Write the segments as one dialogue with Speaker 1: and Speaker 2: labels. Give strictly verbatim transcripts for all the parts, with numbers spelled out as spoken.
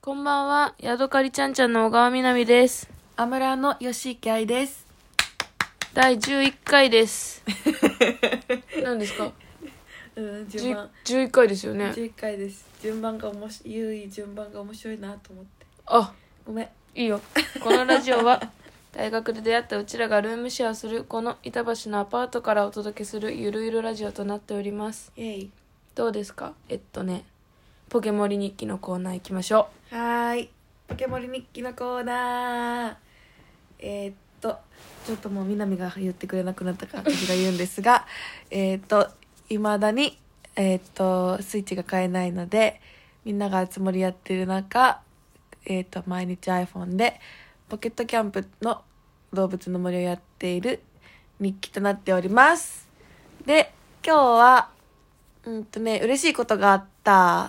Speaker 1: こんばんは、ヤドカリちゃんちゃんの小川みなみです。
Speaker 2: アムラの吉池愛です。
Speaker 1: だいじゅういっかいです。何ですか？
Speaker 2: うん、順番
Speaker 1: じゅういっかいですよね。
Speaker 2: じゅういっかいです。順番がおもしゆい順番が面白いなと思って。
Speaker 1: あ、
Speaker 2: ごめん。
Speaker 1: いいよ。このラジオは大学で出会ったうちらがルームシェアするこの板橋のアパートからお届けするゆるゆるラジオとなっております。
Speaker 2: イェイ。
Speaker 1: どうですか？えっとね、ポケモリ日記のコーナー行きましょ
Speaker 2: はーい。ポケモリ日記のコーナー。えー、っとちょっともうみなみが言ってくれなくなったから私が言うんですが、えーっといまだにえー、っとスイッチが買えないので、みんなが集まりやってる中、えー、っと毎日 iPhone でポケットキャンプの動物の森をやっている日記となっております。で、今日はうんとね嬉しいことがあった。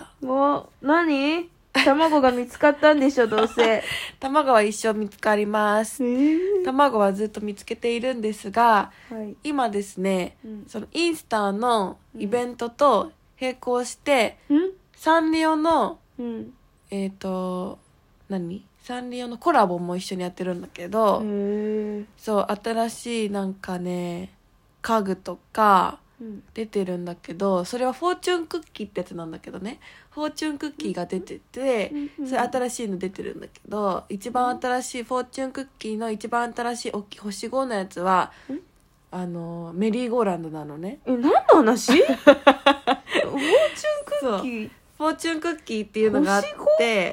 Speaker 1: もう、何？卵が見つかったんでしょ、どうせ。
Speaker 2: 卵は一生見つかります。
Speaker 1: えー、
Speaker 2: 卵はずっと見つけているんですが、
Speaker 1: はい。
Speaker 2: 今ですね、
Speaker 1: うん、
Speaker 2: そのインスタのイベントと並行して、
Speaker 1: ん
Speaker 2: サンリオの、
Speaker 1: うん。
Speaker 2: えっ、と、何サンリオのコラボも一緒にやってるんだけど、
Speaker 1: へー。
Speaker 2: そう、新しいなんかね、家具とか
Speaker 1: うん
Speaker 2: 出てるんだけど、それはフォーチュンクッキーってやつなんだけどね、フォーチュンクッキーが出てて、
Speaker 1: うん
Speaker 2: それ新しいの出てるんだけど、一番新しいフォーチュンクッキーの一番新しい大きい星ごのやつは、
Speaker 1: ん
Speaker 2: あのメリーゴーランドなのね。
Speaker 1: え、何の話？フォーチュンクッキー。
Speaker 2: フォーチュンクッキーっていうのがあって、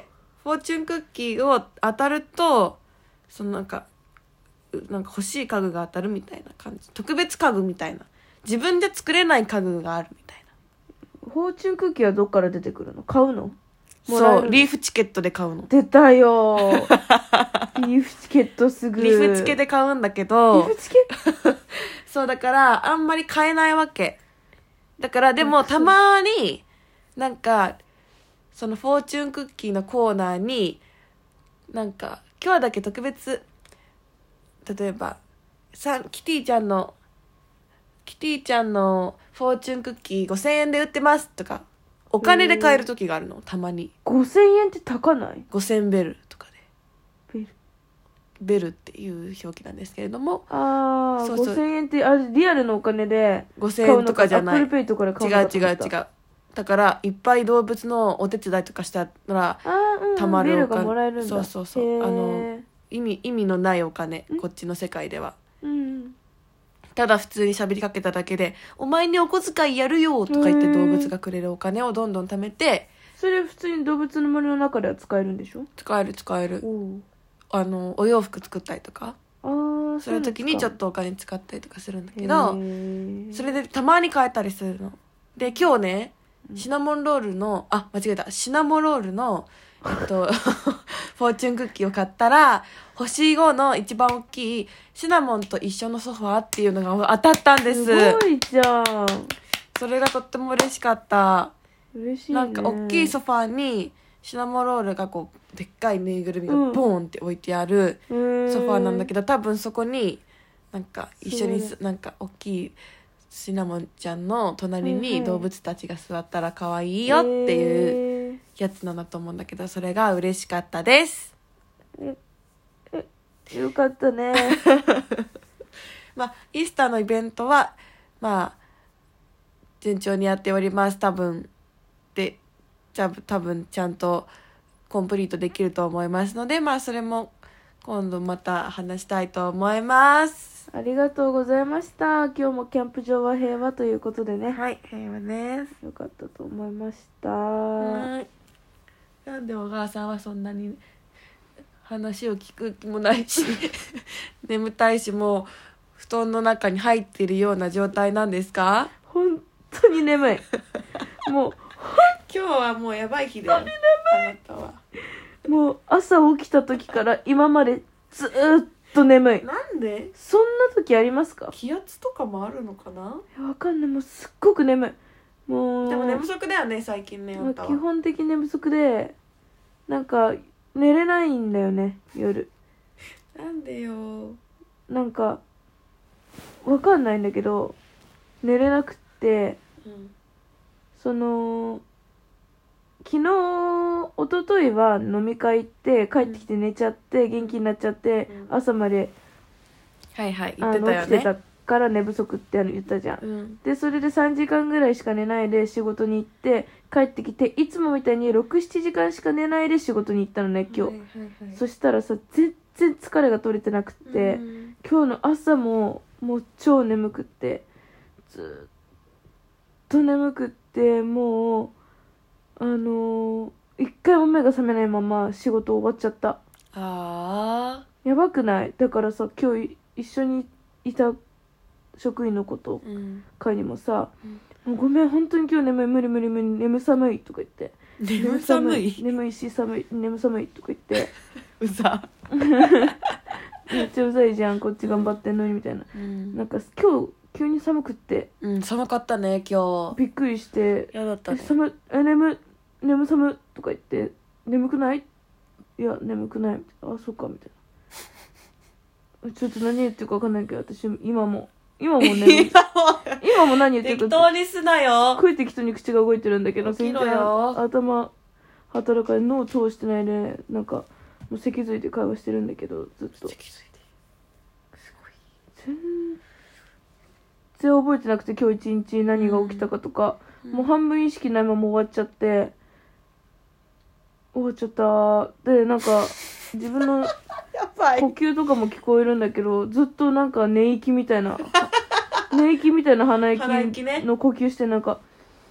Speaker 2: フォーチュンクッキーを当たると、そのなんかうなんか欲しい家具が当たるみたいな感じ、特別家具みたいな、自分で作れない家具があるみたい
Speaker 1: フォーチュンクッキーはどっから出てくるの？買うの？
Speaker 2: な。
Speaker 1: もらえるの？
Speaker 2: そう、リーフチケットで買うの。
Speaker 1: 出たよー。リーフチケットすぐ。
Speaker 2: リーフチケで買うんだけど、
Speaker 1: リーフチケ
Speaker 2: そうだからあんまり買えないわけだから。でもたまになんかそのフォーチュンクッキーのコーナーになんか今日だけ特別、例えばさキティちゃんのキティちゃんのフォーチュンクッキーごせんえんで売ってますとか、お金で買える時があるの、たまに。
Speaker 1: ごせんえんって高ない？
Speaker 2: ごせんベルとかで、
Speaker 1: ベル。
Speaker 2: ベルっていう表記なんですけれども、
Speaker 1: あー、
Speaker 2: そうそう
Speaker 1: ごせんえんってあれリアルのお金で
Speaker 2: ごせんえんとかじゃない。
Speaker 1: アップルペイとかで買う
Speaker 2: 違う
Speaker 1: のかと
Speaker 2: 違う違う。
Speaker 1: 思った。
Speaker 2: だからいっぱい動物のお手伝いとかしたら
Speaker 1: あー、うん、
Speaker 2: たまる
Speaker 1: ベル
Speaker 2: お金、
Speaker 1: がもらえるんだ。
Speaker 2: そうそうそう、
Speaker 1: へー。
Speaker 2: あの意味意味のないお金、こっちの世界では。
Speaker 1: うん
Speaker 2: ただ普通に喋りかけただけで「お前にお小遣いやるよ」とか言って動物がくれるお金をどんどん貯めて、
Speaker 1: それ普通に動物の森の中では使えるんでしょ？
Speaker 2: 使える使える、
Speaker 1: おう。
Speaker 2: あのお洋服作ったりとか、
Speaker 1: あー、
Speaker 2: そういう時にちょっ
Speaker 1: と
Speaker 2: とお金使ったりとかするんだけど、そ
Speaker 1: そ
Speaker 2: れでたまに買えたりするので、今日ねシナモンロールのあ間違えたシナモロールのえっとフォーチュンクッキーを買ったら、星ごの一番大きいシナモンと一緒のソファーっていうのが当たったんです。
Speaker 1: すごいじゃん。
Speaker 2: それがとっても嬉しかった。
Speaker 1: 嬉しいね。
Speaker 2: なんか大きいソファーにシナモロールがこうでっかいぬいぐるみがボーンって置いてあるソファーなんだけど、多分そこになんか一緒にすなんか大きいシナモンちゃんの隣に動物たちが座ったら可愛いよっていうやつなんだと思うんだけど、それが嬉しかったです。
Speaker 1: ええよかったね。
Speaker 2: まあイースターのイベントはまあ順調にやっております。多分でじゃ多分ちゃんとコンプリートできると思いますので、まあそれも今度また話したいと思います。
Speaker 1: ありがとうございました。今日もキャンプ場は平和ということでね。
Speaker 2: はい、平和です。
Speaker 1: よかったと思いました。
Speaker 2: はい。なんで小川さんはそんなに話を聞く気もないし眠たいし、もう布団の中に入っているような状態なんですか？
Speaker 1: 本当に眠い。もう
Speaker 2: 今日はもうやばい日だよ。あなたは。
Speaker 1: もう朝起きた時から今までずーっと眠い。
Speaker 2: なんで？
Speaker 1: そんな時ありますか？
Speaker 2: 気圧とかもあるのかな？
Speaker 1: わかんない。もうすっごく眠い。もう
Speaker 2: でも寝不足だよね最近ね。あんたは
Speaker 1: 基本的に寝不足で、なんか寝れないんだよね夜。
Speaker 2: なんでよ。
Speaker 1: なんかわかんないんだけど寝れなくって、
Speaker 2: うん、
Speaker 1: その昨日一一昨日は飲み会行って帰ってきて寝ちゃって元気になっちゃって、
Speaker 2: うん
Speaker 1: 朝まで
Speaker 2: はいはい言
Speaker 1: あ
Speaker 2: ってたよね。
Speaker 1: の起きてたから寝不足って言ったじゃん。
Speaker 2: うん
Speaker 1: でそれでさんじかんぐらいしか寝ないで仕事に行って帰ってきて、いつもみたいにろく、ななじかんしか寝ないで仕事に行ったのね今日、
Speaker 2: はいはいはい、
Speaker 1: そしたらさ全然疲れが取れてなくって、
Speaker 2: うん
Speaker 1: 今日の朝ももう超眠くって、ずっと眠くってもうあのー、一回も目が覚めないまま仕事終わっちゃった。
Speaker 2: あ
Speaker 1: やばくない？だからさ今日一緒にいた職員の子と
Speaker 2: ー、うん、
Speaker 1: 会にもさ、
Speaker 2: うん
Speaker 1: もうごめん本当に今日眠い無理無理無理眠寒いとか言って、
Speaker 2: 眠寒い
Speaker 1: 眠いし寒い眠寒いとか言って
Speaker 2: うざ、
Speaker 1: めっちゃうざいじゃんこっち頑張ってんのにみたいな、
Speaker 2: うん
Speaker 1: なんか今日急に寒くって
Speaker 2: うん、寒かったね今日。
Speaker 1: びっくりしてえ
Speaker 2: 嫌だったね。
Speaker 1: 寒え眠眠寒とか言って眠くない？いや眠くないみたいな、あそっかみたいなちょっと何言ってるか分かんないけど私今も今も眠い
Speaker 2: 今も
Speaker 1: 今も何言ってる
Speaker 2: 適
Speaker 1: か
Speaker 2: 当にすなよ。
Speaker 1: 食い適当に口が動いてるんだけど
Speaker 2: 起きろ
Speaker 1: 全然
Speaker 2: よ
Speaker 1: 頭働かない脳通してないでなんかもう脊髄で会話してるんだけどずっと
Speaker 2: 気づいてす
Speaker 1: 全然覚えてなくて今日一日何が起きたかとか、
Speaker 2: ごい。
Speaker 1: もう半分意識ないまま終わっちゃって終わっちゃったでなんか自分の
Speaker 2: やばい。
Speaker 1: 呼吸とかも聞こえるんだけどずっとなんか寝息みたいな寝息みたいな鼻
Speaker 2: 鼻息ね
Speaker 1: 息の呼吸してなんか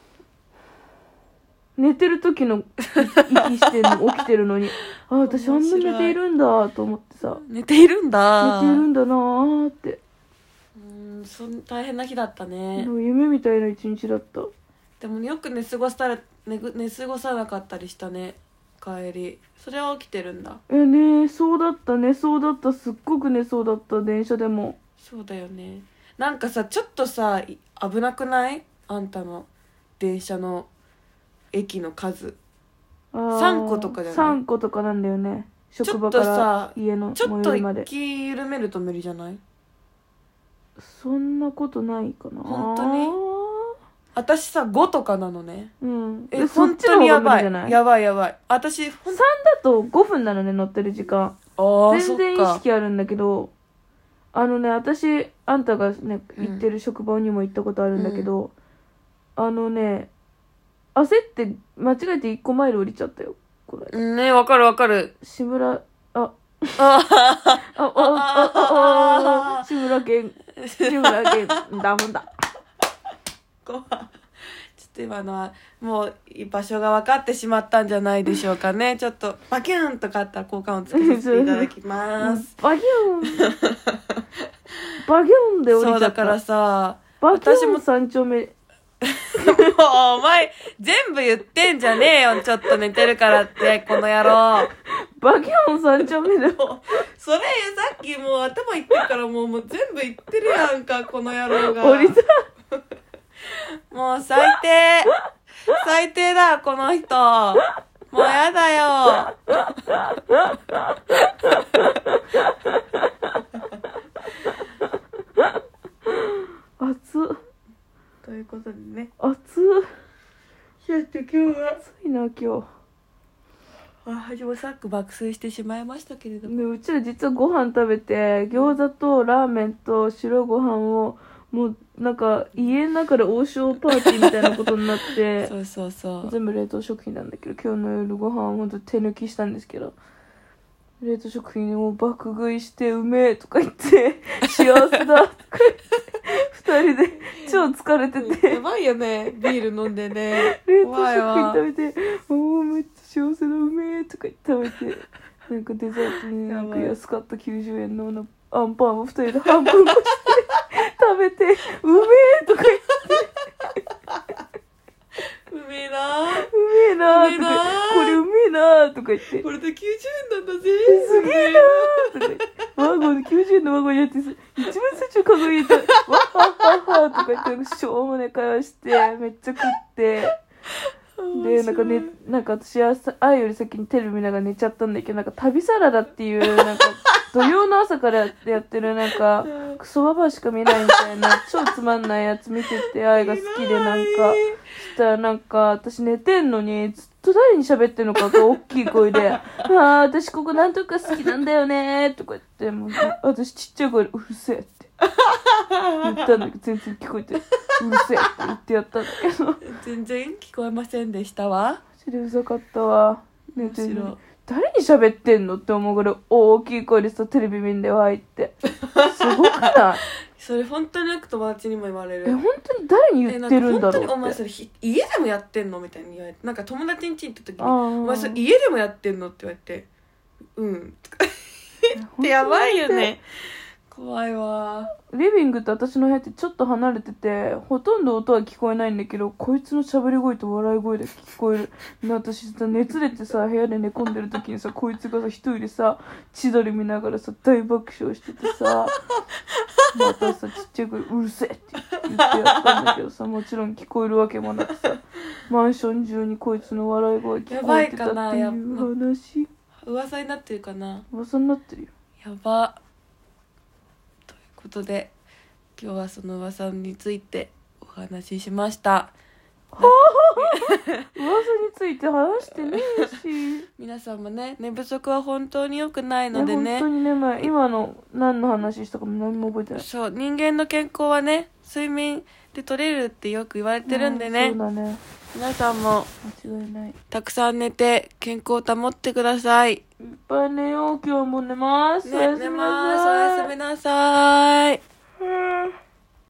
Speaker 1: 寝てる時の息してんの起きてるのにあ私あんな寝ているんだと思ってさ
Speaker 2: 寝ているんだ。
Speaker 1: 寝ているんだなーって
Speaker 2: うん、そん大変な日だったね。
Speaker 1: なんか夢みたいな一日だった。
Speaker 2: でもよく寝過ごしたら寝ぐ寝過ごさなかったりしたね。帰りそれは起きてるんだ。
Speaker 1: え寝そうだった寝そうだったすっごく寝そうだった電車でも。
Speaker 2: そうだよね。なんかさちょっとさい危なくない？あんたの電車の駅の数
Speaker 1: あー
Speaker 2: さんことかじゃない
Speaker 1: さんことかなんだよね職場か
Speaker 2: ちょっと
Speaker 1: ら
Speaker 2: さ
Speaker 1: 家の
Speaker 2: ちょっと
Speaker 1: 最寄りまで。
Speaker 2: 気緩めると無理じゃない？
Speaker 1: そんなことないかな
Speaker 2: 本当に私さごとかなのね。
Speaker 1: うん
Speaker 2: え
Speaker 1: えそっ
Speaker 2: 本
Speaker 1: ちの方が
Speaker 2: 当にやばい
Speaker 1: 無理じゃない？
Speaker 2: やばいやばい。私ほん
Speaker 1: さんだとごふんなのね乗ってる時間
Speaker 2: あー
Speaker 1: 全然意
Speaker 2: そっか
Speaker 1: 識あるんだけどあのね私あんたがね
Speaker 2: うん
Speaker 1: 行ってる職場にも行ったことあるんだけど、あのね焦って間違えていっこマイル降りちゃったよこれ、
Speaker 2: うんねわかるわかる。
Speaker 1: 志村あ
Speaker 2: あ
Speaker 1: あああああ志村けん志村けんダメだ
Speaker 2: 怖い。ちょっと今のはもう場所が分かってしまったんじゃないでしょうかね。ちょっとバキューンとかあったら交換をつけさせていただきます
Speaker 1: バギュンバギュンで降りちゃった。
Speaker 2: そうだからさ
Speaker 1: バギ
Speaker 2: 私も
Speaker 1: ュン三丁目
Speaker 2: もうお前全部言ってんじゃねえよちょっと寝てるからってこの野郎。
Speaker 1: バギュン三丁目で
Speaker 2: それさっきもう頭いってるからもうもう全部言ってるやんかこの野郎が。
Speaker 1: 降りた
Speaker 2: もう最低最低だこの人もうやだよ。
Speaker 1: 熱っ
Speaker 2: ということでね
Speaker 1: 熱っ
Speaker 2: やって今日は
Speaker 1: 熱いな今
Speaker 2: 私もさっき爆睡してしまいましたけれども、
Speaker 1: 日でうちら実はご飯食べて餃子とラーメンと白ご飯をもうなんか家の中で王将パーティーみたいなことになって
Speaker 2: そうそうそう
Speaker 1: 全部冷凍食品なんだけど今日の夜ご飯ほんと手抜きしたんですけど冷凍食品を爆食いしてうめえとか言って幸せだとか言って二人で超疲れてて
Speaker 2: やばいよねビール飲んでね
Speaker 1: 冷凍
Speaker 2: 怖いわ
Speaker 1: 食品食べておおめっちゃ幸せだうめえとか言って食べてなんかデザートになんか安かったきゅうじゅうえんのあのアンパンを二人で半分こして食べてうめえとか言って
Speaker 2: うめえな
Speaker 1: うめえなーとか
Speaker 2: うめえなー
Speaker 1: これうめえなーとか言って
Speaker 2: これできゅうじゅうえんなんだぜ
Speaker 1: すげえなーとか言ってワゴンきゅうじゅうえんのワゴンやって一番最初カゴ入れたわっはっはっはとか言ってしょうもね会話してめっちゃ食ってでなんかねなんか私はあより先にテレビ見ながら寝ちゃったんだけどなんか旅サラダっていうなんか土曜の朝からやってるなんかクソババアしか見ないみたいな超つまんないやつ見てて愛が好きでなんかしたらなんか私寝てんのにずっと誰に喋ってんのかが大きい声で「ああ私ここなんとか好きなんだよね」とか言ってもう私ちっちゃい声で「うるせえ」って言ったんだけど全然聞こえて「うるせえ」って言ってやったんだけど
Speaker 2: 全然聞こえませんでしたわ。
Speaker 1: マジでうざかったわ。寝てる
Speaker 2: 面白い。
Speaker 1: 誰に喋ってんのって思うぐらい大きい声でさテレビ見んで入ってすごくない？
Speaker 2: それ本当によく友達にも言われる。
Speaker 1: え本当に誰に言ってるんだろうって。
Speaker 2: えなんか本当にお前それひ家でもやってんのみたいに言われて、なんか友達ん家行った時に
Speaker 1: あー
Speaker 2: お前それ家でもやってんのって言われて、うんとか言ってやばいよね。怖いわ。
Speaker 1: リビングと私の部屋ってちょっと離れててほとんど音は聞こえないんだけどこいつの喋り声と笑い声だけ聞こえる。で私さ熱出てさ部屋で寝込んでる時にさこいつがさ一人でさ千鳥見ながらさ大爆笑しててさまたさちっちゃい声うるせえって言ってやったんだけどさもちろん聞こえるわけもなくさマンション中にこいつの笑い声聞こえてたっていう話。
Speaker 2: 噂になってるかな。
Speaker 1: 噂になってるよ。
Speaker 2: やば。ということで今日はその噂についてお話ししました。
Speaker 1: 噂について話してねえし
Speaker 2: 皆さんもね寝不足は本当に良くないのでね。
Speaker 1: 本当に眠い。今の何の話したかも何も覚えてない。
Speaker 2: そう人間の健康はね睡眠で取れるってよく言われてるんでね、
Speaker 1: うん、そうだね。
Speaker 2: 皆さんも
Speaker 1: 間違いない。い
Speaker 2: たくさん寝て健康を保ってください。
Speaker 1: っぱい寝よう。今日も寝ます。
Speaker 2: ね、寝ます。おやすみなさい。
Speaker 1: うん